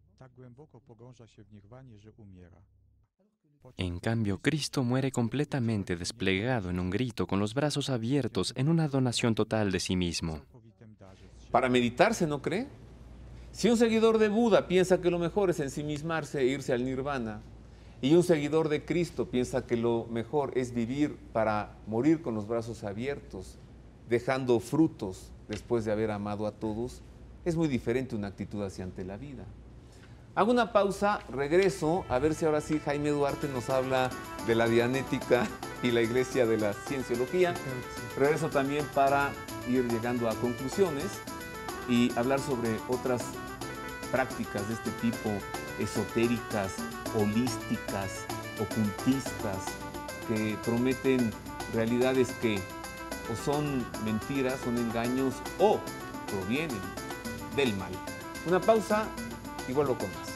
En cambio, Cristo muere completamente desplegado en un grito, con los brazos abiertos, en una donación total de sí mismo. Para meditarse, ¿no cree? Si un seguidor de Buda piensa que lo mejor es ensimismarse e irse al nirvana, y un seguidor de Cristo piensa que lo mejor es vivir para morir con los brazos abiertos, dejando frutos después de haber amado a todos, es muy diferente una actitud hacia ante la vida. Hago una pausa, regreso, a ver si ahora sí Jaime Duarte nos habla de la dianética y la iglesia de la cienciología. Regreso también para ir llegando a conclusiones y hablar sobre otras prácticas de este tipo, esotéricas, holísticas, ocultistas, que prometen realidades que o son mentiras, son engaños o provienen del mal. Una pausa y vuelvo con más.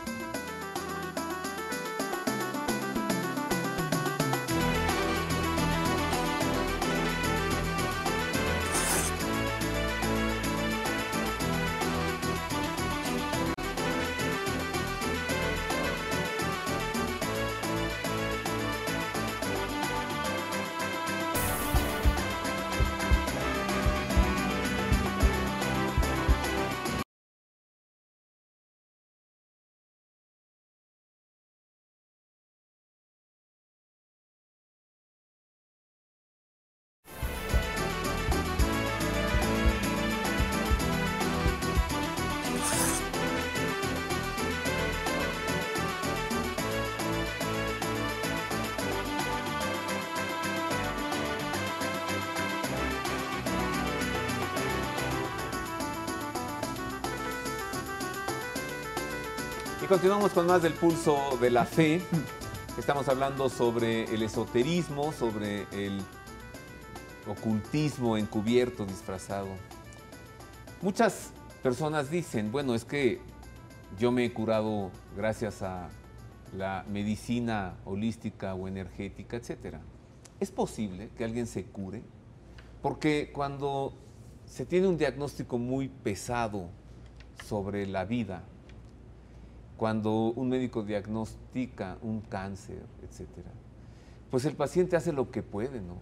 Y continuamos con más del pulso de la fe. Estamos hablando sobre el esoterismo, sobre el ocultismo encubierto, disfrazado. Muchas personas dicen, bueno, es que yo me he curado gracias a la medicina holística o energética, etc. ¿Es posible que alguien se cure? Porque cuando se tiene un diagnóstico muy pesado sobre la vida, cuando un médico diagnostica un cáncer, etcétera, pues el paciente hace lo que puede, ¿no?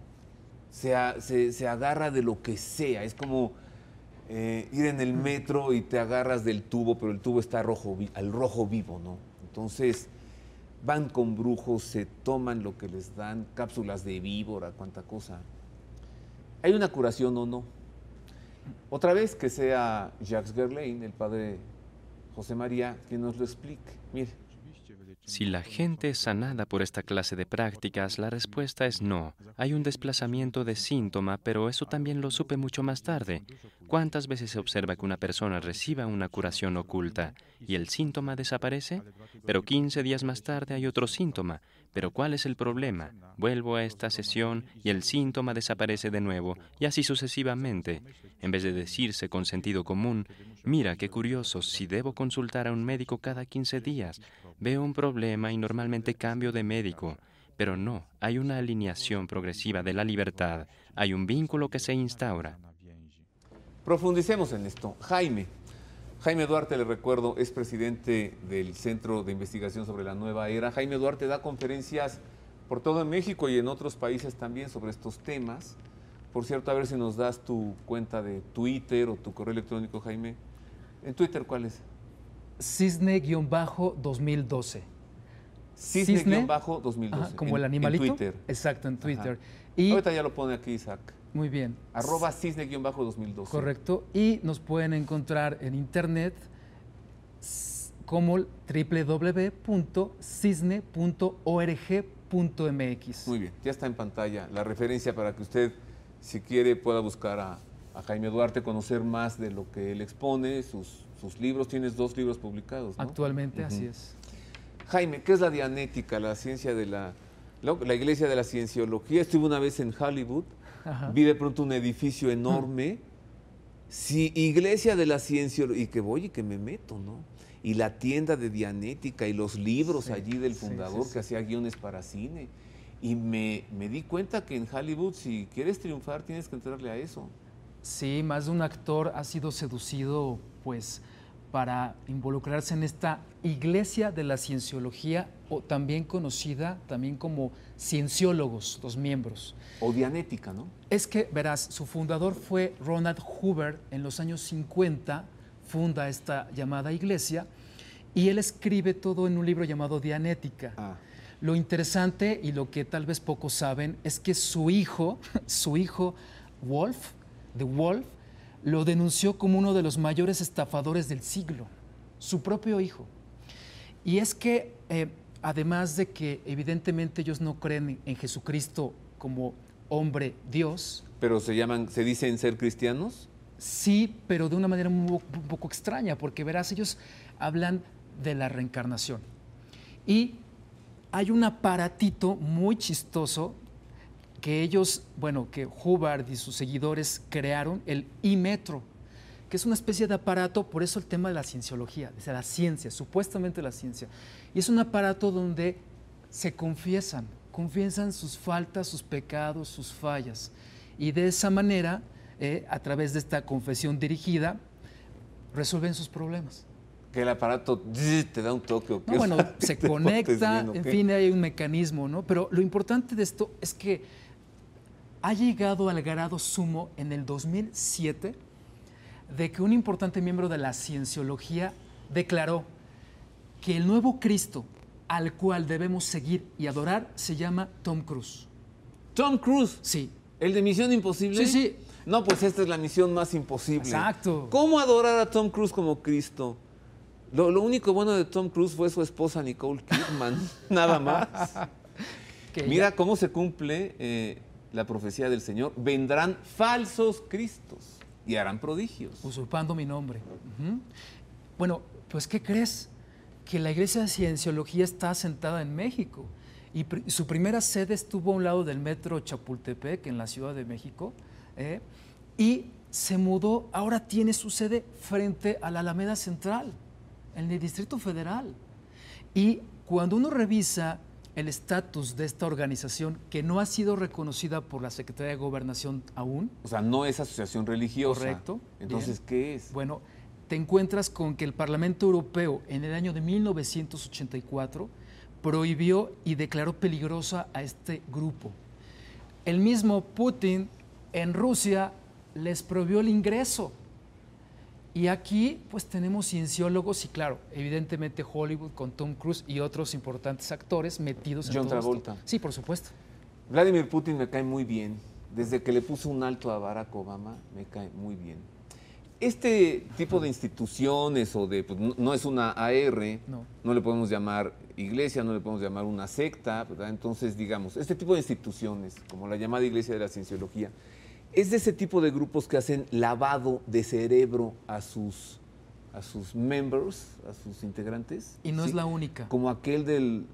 Se agarra de lo que sea. Es como ir en el metro y te agarras del tubo, pero el tubo está al rojo vivo, ¿no? Entonces van con brujos, se toman lo que les dan, cápsulas de víbora, cuánta cosa. ¿Hay una curación o no? Otra vez que sea Jacques Gerlain, el padre José María, quien nos lo explique. Mire. Si la gente es sanada por esta clase de prácticas, la respuesta es no. Hay un desplazamiento de síntoma, pero eso también lo supe mucho más tarde. ¿Cuántas veces se observa que una persona reciba una curación oculta y el síntoma desaparece? Pero 15 días más tarde hay otro síntoma. ¿Pero cuál es el problema? Vuelvo a esta sesión y el síntoma desaparece de nuevo, y así sucesivamente. En vez de decirse con sentido común, mira qué curioso, si debo consultar a un médico cada 15 días, veo un problema y normalmente cambio de médico. Pero no, hay una alineación progresiva de la libertad, hay un vínculo que se instaura. Profundicemos en esto. Jaime Duarte, le recuerdo, es presidente del Centro de Investigación sobre la Nueva Era. Jaime Duarte da conferencias por todo México y en otros países también sobre estos temas. Por cierto, a ver si nos das tu cuenta de Twitter o tu correo electrónico, Jaime. ¿En Twitter cuál es? Cisne-2012. Cisne-2012. Ajá, como el animalito. En Twitter. Exacto, en Twitter. Y ahorita ya lo pone aquí Isaac. Muy bien. @Cisne-2012. Correcto. Y nos pueden encontrar en internet como www.cisne.org.mx. Muy bien, ya está en pantalla la referencia para que usted, si quiere, pueda buscar a Jaime Duarte, conocer más de lo que él expone, sus libros. Tienes 2 libros publicados, ¿no? Actualmente, así es. Jaime, ¿qué es la dianética, la ciencia de la iglesia de la cienciología? Estuve una vez en Hollywood, vi de pronto un edificio enorme, sí, iglesia de la cienciología, y que voy y que me meto, ¿no? Y la tienda de dianética y los libros allí del fundador que hacía guiones para cine. Y me di cuenta que en Hollywood, si quieres triunfar, tienes que entrarle a eso. Sí, más de un actor ha sido seducido, pues, para involucrarse en esta iglesia de la cienciología, o también conocida también como cienciólogos, los miembros. O dianética, ¿no? Es que, verás, su fundador fue Ronald Hoover. En los años 50 funda esta llamada iglesia y él escribe todo en un libro llamado Dianética. Lo interesante y lo que tal vez pocos saben es que su hijo Wolf, de Wolf, lo denunció como uno de los mayores estafadores del siglo, su propio hijo. Y es que, además de que evidentemente ellos no creen en Jesucristo como hombre Dios. ¿Pero se dicen ser cristianos? Sí, pero de una manera un poco extraña, porque verás, ellos hablan de la reencarnación. Y hay un aparatito muy chistoso que ellos, bueno, que Hubbard y sus seguidores crearon, el imetro, que es una especie de aparato, por eso el tema de la cienciología, de la ciencia, supuestamente la ciencia. Y es un aparato donde se confiesan sus faltas, sus pecados, sus fallas. Y de esa manera, a través de esta confesión dirigida, resuelven sus problemas. Que el aparato te da un toque. ¿O qué? No, bueno, se conecta, en fin, hay un mecanismo, ¿no? Pero lo importante de esto es que ha llegado al grado sumo en el 2007 de que un importante miembro de la cienciología declaró que el nuevo Cristo al cual debemos seguir y adorar se llama Tom Cruise. ¿Tom Cruise? Sí. ¿El de Misión Imposible? Sí, sí. No, pues esta es la misión más imposible. Exacto. ¿Cómo adorar a Tom Cruise como Cristo? Lo único bueno de Tom Cruise fue su esposa Nicole Kidman, nada más. Mira cómo se cumple la profecía del Señor. Vendrán falsos cristos y harán prodigios. Usurpando mi nombre. Bueno, pues ¿qué crees? Que la Iglesia de Cienciología está asentada en México y su primera sede estuvo a un lado del metro Chapultepec, en la Ciudad de México, y se mudó, ahora tiene su sede frente a la Alameda Central, en el Distrito Federal. Y cuando uno revisa el estatus de esta organización, que no ha sido reconocida por la Secretaría de Gobernación aún. O sea, no es asociación religiosa. Correcto. Entonces, bien. ¿Qué es? Bueno, te encuentras con que el Parlamento Europeo en el año de 1984 prohibió y declaró peligrosa a este grupo. El mismo Putin en Rusia les prohibió el ingreso. Y aquí pues tenemos cienciólogos y claro, evidentemente Hollywood con Tom Cruise y otros importantes actores metidos en John todo Travolta. esto. Sí, por supuesto. Vladimir Putin me cae muy bien. Desde que le puso un alto a Barack Obama, me cae muy bien. Este tipo de instituciones o de, pues, no es una AR, no le podemos llamar iglesia, no le podemos llamar una secta, ¿verdad? Entonces, digamos, este tipo de instituciones, como la llamada Iglesia de la Cienciología, es de ese tipo de grupos que hacen lavado de cerebro a sus members, a sus integrantes. Y no es la única. Como aquel del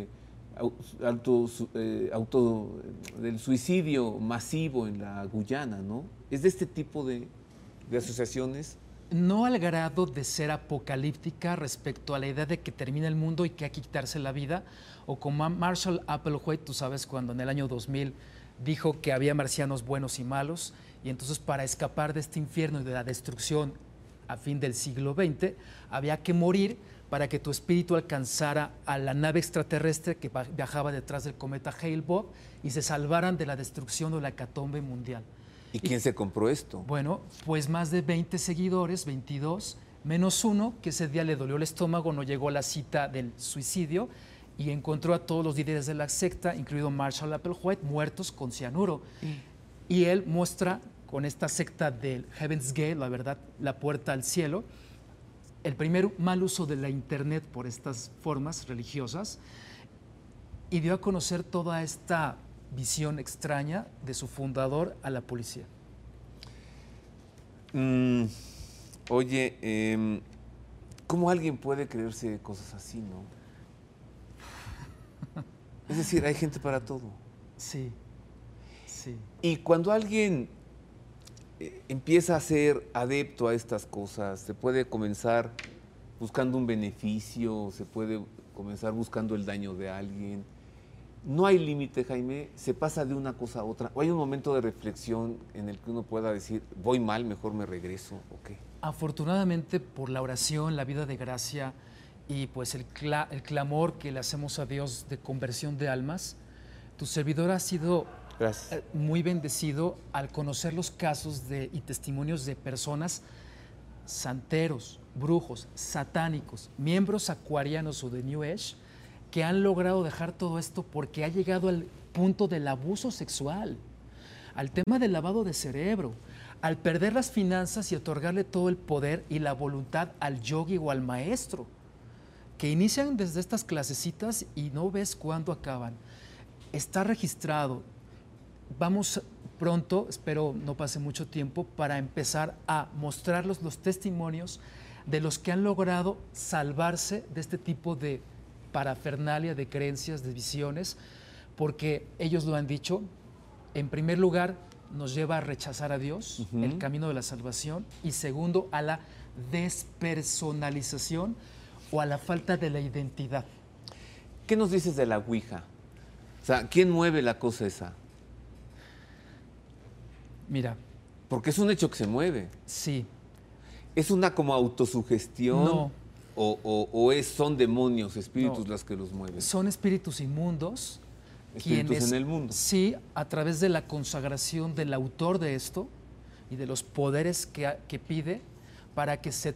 del suicidio masivo en la Guyana, ¿no? Es de este tipo de asociaciones. No al grado de ser apocalíptica respecto a la idea de que termina el mundo y que hay que quitarse la vida, o como Marshall Applewhite, tú sabes, cuando en el año 2000 dijo que había marcianos buenos y malos, y entonces para escapar de este infierno y de la destrucción a fin del siglo XX, había que morir para que tu espíritu alcanzara a la nave extraterrestre que viajaba detrás del cometa Hale-Bopp y se salvaran de la destrucción o la hecatombe mundial. ¿Y quién se compró esto? Bueno, pues más de 20 seguidores, 22, menos uno, que ese día le dolió el estómago, no llegó a la cita del suicidio y encontró a todos los líderes de la secta, incluido Marshall Applewhite, muertos con cianuro. Y él muestra con esta secta del Heaven's Gate, la verdad, la puerta al cielo, el primer mal uso de la internet por estas formas religiosas, y dio a conocer toda esta visión extraña de su fundador a la policía. Oye, ¿cómo alguien puede creerse cosas así, no? Es decir, hay gente para todo. Sí, sí. Y cuando alguien empieza a ser adepto a estas cosas, se puede comenzar buscando un beneficio, se puede comenzar buscando el daño de alguien. No hay límite, Jaime, se pasa de una cosa a otra. ¿O hay un momento de reflexión en el que uno pueda decir, voy mal, mejor me regreso? ¿O qué? Afortunadamente, por la oración, la vida de gracia y pues el clamor que le hacemos a Dios de conversión de almas, tu servidor ha sido muy bendecido al conocer los casos y testimonios de personas, santeros, brujos, satánicos, miembros acuarianos o de New Age, que han logrado dejar todo esto porque ha llegado al punto del abuso sexual, al tema del lavado de cerebro, al perder las finanzas y otorgarle todo el poder y la voluntad al yogi o al maestro, que inician desde estas clasecitas y no ves cuándo acaban. Está registrado. Vamos pronto, espero no pase mucho tiempo, para empezar a mostrarlos los testimonios de los que han logrado salvarse de este tipo de parafernalia, de creencias, de visiones, porque ellos lo han dicho. En primer lugar, nos lleva a rechazar a Dios, el camino de la salvación, y segundo, a la despersonalización o a la falta de la identidad. ¿Qué nos dices de la Ouija? O sea, ¿quién mueve la cosa esa? Mira. Porque es un hecho que se mueve. Sí. ¿Es una como autosugestión? No. ¿O son demonios, espíritus los que los mueven? Son espíritus inmundos. Espíritus en el mundo. Sí, a través de la consagración del autor de esto y de los poderes que pide para que se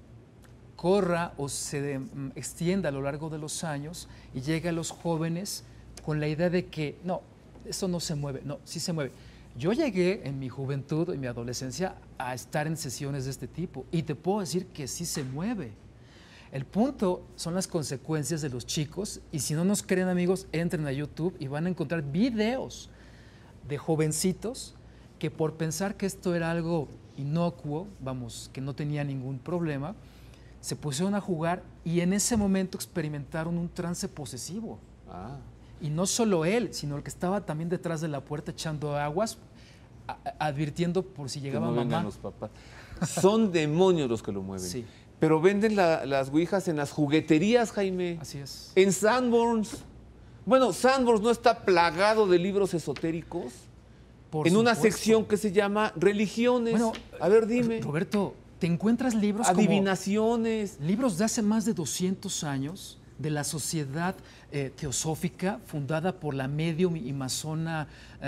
corra o se extienda a lo largo de los años y llegue a los jóvenes con la idea de que no, eso no se mueve, no, sí se mueve. Yo llegué en mi juventud, en mi adolescencia, a estar en sesiones de este tipo y te puedo decir que sí se mueve. El punto son las consecuencias de los chicos y si no nos creen, amigos, entren a YouTube y van a encontrar videos de jovencitos que por pensar que esto era algo inocuo, vamos, que no tenía ningún problema, se pusieron a jugar y en ese momento experimentaron un trance posesivo. Ah. Y no solo él, sino el que estaba también detrás de la puerta echando aguas, advirtiendo por si llegaba que no mamá. Los papás. Son demonios los que lo mueven. Sí. Pero venden las ouijas en las jugueterías, Jaime. Así es. En Sanborns. Bueno, Sanborns no está plagado de libros esotéricos. En una sección que se llama religiones. Bueno, a ver, dime. Roberto, ¿te encuentras libros adivinaciones? Como libros de hace más de 200 años de la Sociedad Teosófica, fundada por la médium y masona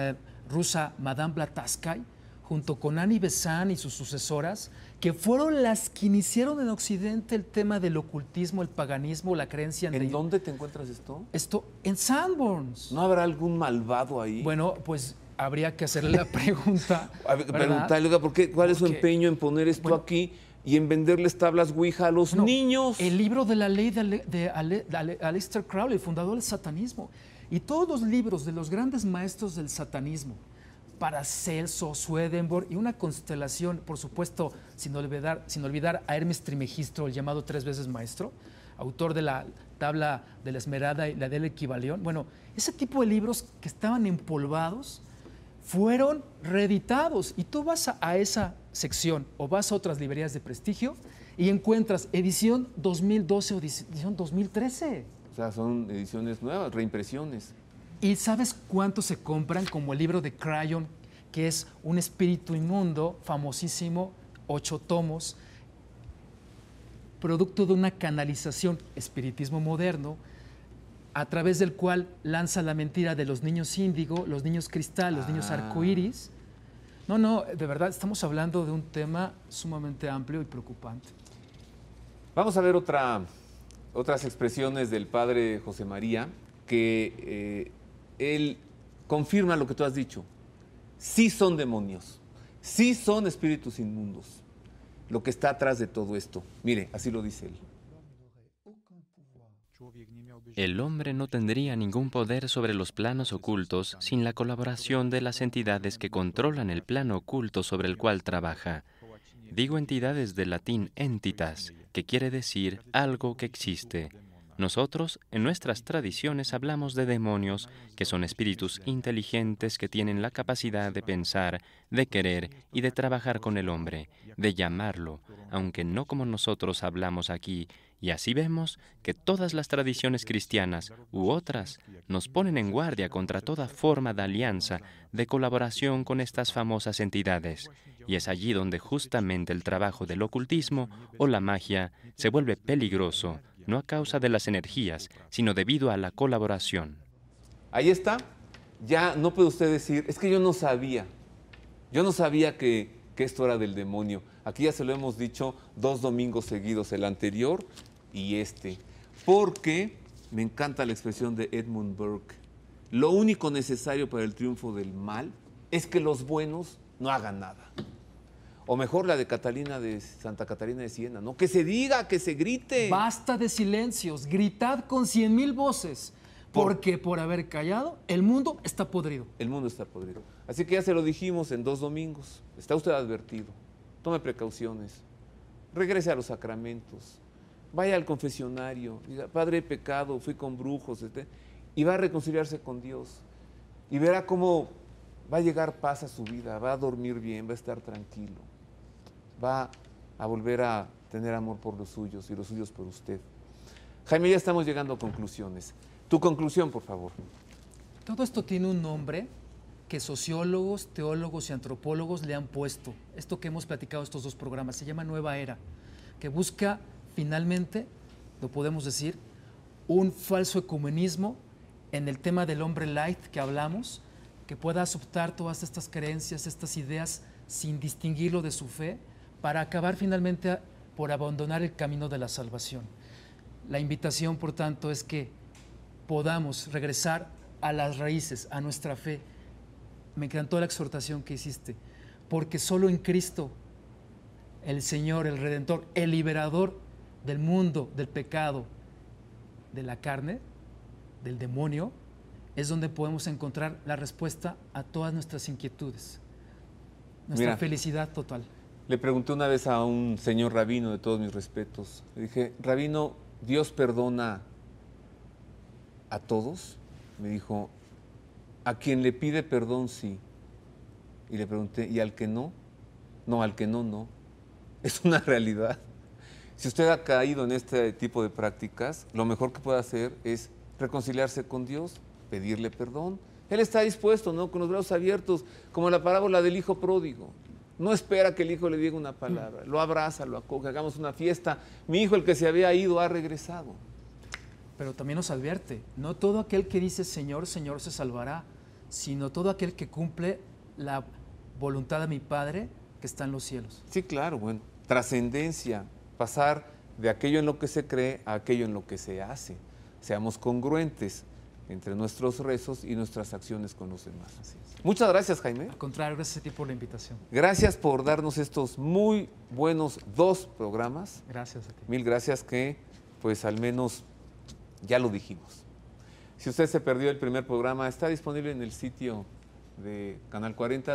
rusa Madame Blavatsky, junto con Annie Besant y sus sucesoras, que fueron las que iniciaron en Occidente el tema del ocultismo, el paganismo, la creencia en... ¿En dónde te encuentras esto? Esto en Sanborns. ¿No habrá algún malvado ahí? Bueno, pues habría que hacerle la pregunta. Preguntarle, ¿cuál es su empeño en poner esto aquí y en venderles tablas Ouija a los niños? El libro de la ley de Aleister Crowley, el fundador del satanismo, y todos los libros de los grandes maestros del satanismo, Paracelso, Swedenborg y una constelación, por supuesto, sin olvidar a Hermes Trismegisto, el llamado 3 veces maestro, autor de la tabla de la Esmeralda y la del Equivalión. Bueno, ese tipo de libros que estaban empolvados fueron reeditados y tú vas a esa sección o vas a otras librerías de prestigio y encuentras edición 2012 o edición 2013. O sea, son ediciones nuevas, reimpresiones. ¿Y sabes cuánto se compran? Como el libro de Cryon, que es un espíritu inmundo, famosísimo, 8 tomos, producto de una canalización, espiritismo moderno, a través del cual lanza la mentira de los niños índigo, los niños cristal, los niños arcoíris. No, de verdad, estamos hablando de un tema sumamente amplio y preocupante. Vamos a ver otras expresiones del padre José María, que él confirma lo que tú has dicho. Sí son demonios, sí son espíritus inmundos, lo que está atrás de todo esto. Mire, así lo dice él. El hombre no tendría ningún poder sobre los planos ocultos sin la colaboración de las entidades que controlan el plano oculto sobre el cual trabaja. Digo entidades del latín entitas, que quiere decir algo que existe. Nosotros, en nuestras tradiciones, hablamos de demonios, que son espíritus inteligentes que tienen la capacidad de pensar, de querer y de trabajar con el hombre, de llamarlo, aunque no como nosotros hablamos aquí. Y así vemos que todas las tradiciones cristianas u otras nos ponen en guardia contra toda forma de alianza, de colaboración con estas famosas entidades. Y es allí donde justamente el trabajo del ocultismo o la magia se vuelve peligroso, no a causa de las energías, sino debido a la colaboración. Ahí está. Ya no puede usted decir, es que yo no sabía que esto era del demonio. Aquí ya se lo hemos dicho 2 domingos seguidos, el anterior y este. Porque me encanta la expresión de Edmund Burke. Lo único necesario para el triunfo del mal es que los buenos no hagan nada. O mejor la de Santa Catalina de Siena, ¿no? Que se diga, que se grite. Basta de silencios, gritad con 100,000 voces, porque por haber callado, el mundo está podrido. El mundo está podrido. Así que ya se lo dijimos en 2 domingos. Está usted advertido. Tome precauciones. Regrese a los sacramentos. Vaya al confesionario. Diga, Padre, he pecado, fui con brujos. Y va a reconciliarse con Dios. Y verá cómo va a llegar paz a su vida. Va a dormir bien, va a estar tranquilo. Va a volver a tener amor por los suyos y los suyos por usted. Jaime, ya estamos llegando a conclusiones. Tu conclusión, por favor. Todo esto tiene un nombre que sociólogos, teólogos y antropólogos le han puesto. Esto que hemos platicado estos 2 programas se llama Nueva Era, que busca finalmente, lo podemos decir, un falso ecumenismo en el tema del hombre light que hablamos, que pueda aceptar todas estas creencias, estas ideas sin distinguirlo de su fe, para acabar finalmente por abandonar el camino de la salvación. La invitación, por tanto, es que podamos regresar a las raíces, a nuestra fe. Me encantó la exhortación que hiciste, porque solo en Cristo, el Señor, el Redentor, el liberador del mundo, del pecado, de la carne, del demonio, es donde podemos encontrar la respuesta a todas nuestras inquietudes, nuestra felicidad total. Le pregunté una vez a un señor rabino, de todos mis respetos, le dije, rabino, ¿Dios perdona a todos? Me dijo, a quien le pide perdón, sí. Y le pregunté, ¿y al que no? No, al que no, no. Es una realidad. Si usted ha caído en este tipo de prácticas, lo mejor que puede hacer es reconciliarse con Dios, pedirle perdón. Él está dispuesto, ¿no? Con los brazos abiertos, como la parábola del hijo pródigo. No espera que el hijo le diga una palabra, lo abraza, lo acoge, hagamos una fiesta. Mi hijo, el que se había ido, ha regresado. Pero también nos advierte, no todo aquel que dice Señor, Señor se salvará, sino todo aquel que cumple la voluntad de mi Padre que está en los cielos. Sí, claro, bueno, trascendencia, pasar de aquello en lo que se cree a aquello en lo que se hace. Seamos congruentes entre nuestros rezos y nuestras acciones con los demás. Así es. Muchas gracias, Jaime. Al contrario, gracias a ti por la invitación. Gracias por darnos estos muy buenos 2 programas. Gracias a ti. Mil gracias que, pues al menos, ya lo dijimos. Si usted se perdió el primer programa, está disponible en el sitio de Canal 40,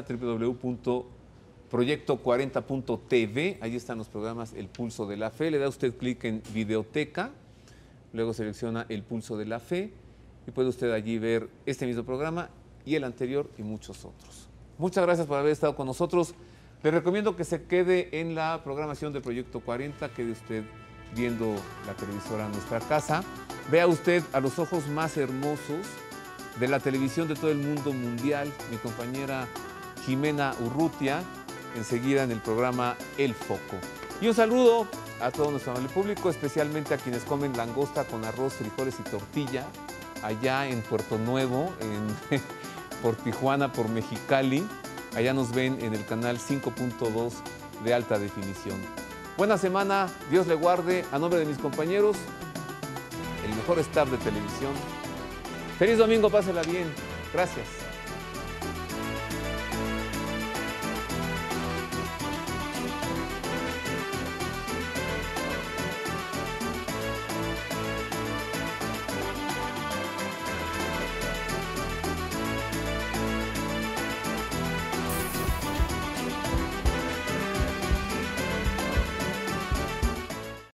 www.proyecto40.tv. Ahí están los programas El Pulso de la Fe. Le da usted clic en Videoteca, luego selecciona El Pulso de la Fe y puede usted allí ver este mismo programa y el anterior y muchos otros. Muchas gracias por haber estado con nosotros. Le recomiendo que se quede en la programación de Proyecto 40, quede usted viendo la televisora en nuestra casa. Vea usted a los ojos más hermosos de la televisión de todo el mundo mundial, mi compañera Jimena Urrutia, enseguida en el programa El Foco. Y un saludo a todo nuestro amable público, especialmente a quienes comen langosta con arroz, frijoles y tortilla, allá en Puerto Nuevo, por Tijuana, por Mexicali. Allá nos ven en el canal 5.2 de alta definición. Buena semana, Dios le guarde. A nombre de mis compañeros, el mejor staff de televisión. Feliz domingo, pásela bien. Gracias.